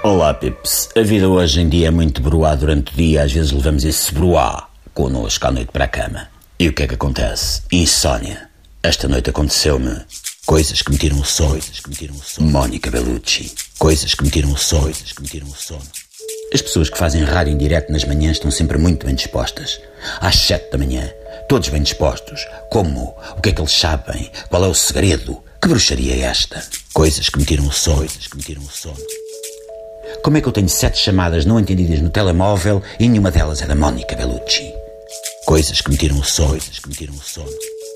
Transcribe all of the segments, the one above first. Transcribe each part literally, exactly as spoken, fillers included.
Olá, Pips. A vida hoje em dia é muito broá durante o dia. Às vezes levamos esse broá connosco à noite para a cama. E o que é que acontece? Insónia. Esta noite aconteceu-me coisas que me tiram o sono. Coisas que me tiram o sono. Mónica Bellucci. Coisas que me tiram o sono. Coisas que me tiram o sono. As pessoas que fazem rádio em direto nas manhãs estão sempre muito bem dispostas. Às sete da manhã, todos bem dispostos. Como? O que é que eles sabem? Qual é o segredo? Que bruxaria é esta? Coisas que me tiram o sono. Coisas que me tiram o sono. Como é que eu tenho sete chamadas não entendidas no telemóvel e nenhuma delas é da Mónica Bellucci? Coisas que me tiram o sono. Coisas que me tiram o sono.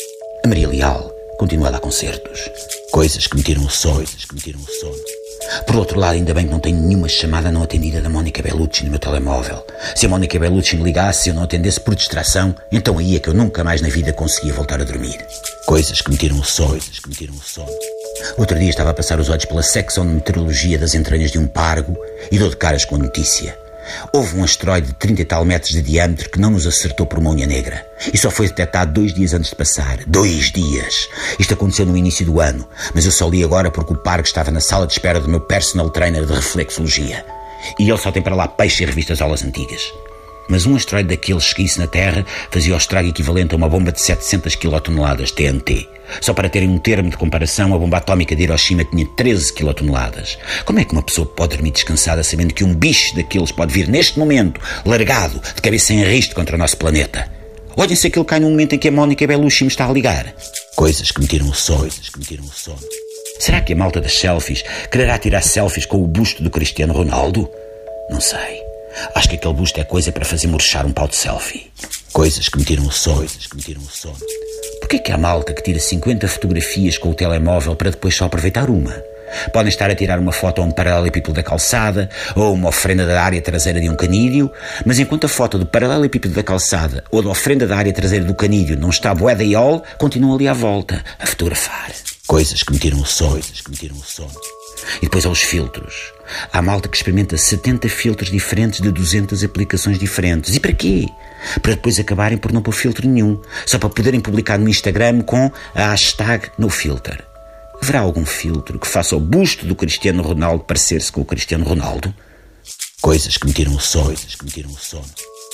A Maria Leal continua a dar concertos. Coisas que me tiram o sono. Coisas que me tiram o sono. Por outro lado, ainda bem que não tenho nenhuma chamada não atendida da Mónica Bellucci no meu telemóvel. Se a Mónica Bellucci me ligasse e eu não atendesse por distração, então aí é que eu nunca mais na vida conseguia voltar a dormir. Coisas que me tiram o sono. Coisas que me tiram o sono. Outro dia estava a passar os olhos pela secção de meteorologia das entranhas de um pargo e dou de caras com a notícia. Houve um asteroide de trinta e tal metros de diâmetro que não nos acertou por uma unha negra. E só foi detectado dois dias antes de passar. Dois dias! Isto aconteceu no início do ano, mas eu só li agora porque o pargo estava na sala de espera do meu personal trainer de reflexologia. E ele só tem para lá peixe e revistas aulas antigas. Mas um asteroide daqueles que caísse na Terra fazia o estrago equivalente a uma bomba de setecentas quilotoneladas T N T. Só para terem um termo de comparação, a bomba atómica de Hiroshima tinha treze quilotoneladas. Como é que uma pessoa pode dormir descansada sabendo que um bicho daqueles pode vir neste momento, largado, de cabeça em risco contra o nosso planeta? Olhem se aquilo cai num momento em que a Mónica Bellucci me está a ligar. Coisas que me tiram o sono. Coisas que me tiram o sono. Será que a malta das selfies quererá tirar selfies com o busto do Cristiano Ronaldo? Não sei. Acho que aquele busto é coisa para fazer murchar um pau de selfie. Coisas que me tiram o sono. Coisas que me tiram o sono. Porquê é que há malta que tira cinquenta fotografias com o telemóvel para depois só aproveitar uma? Podem estar a tirar uma foto a um paralelepípedo da calçada ou uma ofrenda da área traseira de um canídeo, mas enquanto a foto do paralelepípedo da calçada ou da ofrenda da área traseira do canídeo não está bué da iol, continuam ali à volta, a fotografar. Coisas que me tiram o sono. Coisas que me tiram o sono. E depois há os filtros. Há malta que experimenta setenta filtros diferentes de duzentas aplicações diferentes. E para quê? Para depois acabarem por não pôr filtro nenhum. Só para poderem publicar no Instagram com a hashtag NoFilter. Haverá algum filtro que faça o busto do Cristiano Ronaldo parecer-se com o Cristiano Ronaldo? Coisas que me tiram o sono. Coisas que me tiram o sono.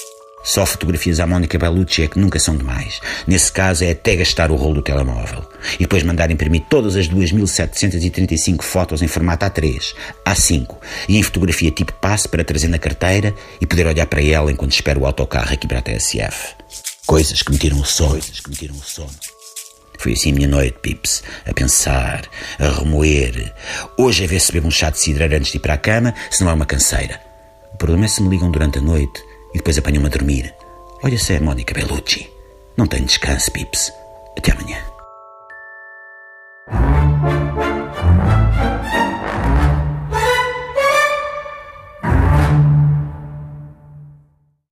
Só fotografias à Mónica Bellucci é que nunca são demais. Nesse caso é até gastar o rolo do telemóvel. E depois mandar imprimir todas as duas mil setecentas e trinta e cinco fotos em formato A três, A cinco e em fotografia tipo passe para trazer na carteira e poder olhar para ela enquanto espero o autocarro aqui para a T S F. Coisas que me tiram o sono. Coisas que me tiram o sono. Foi assim a minha noite, Pips, a pensar, a remoer. Hoje a ver se bebo um chá de cidreira antes de ir para a cama, se não é uma canseira. O problema é se me ligam durante a noite e depois apanham-me a dormir. Olha se é a Mónica Bellucci. Não tenho descanso, Pips. Até amanhã.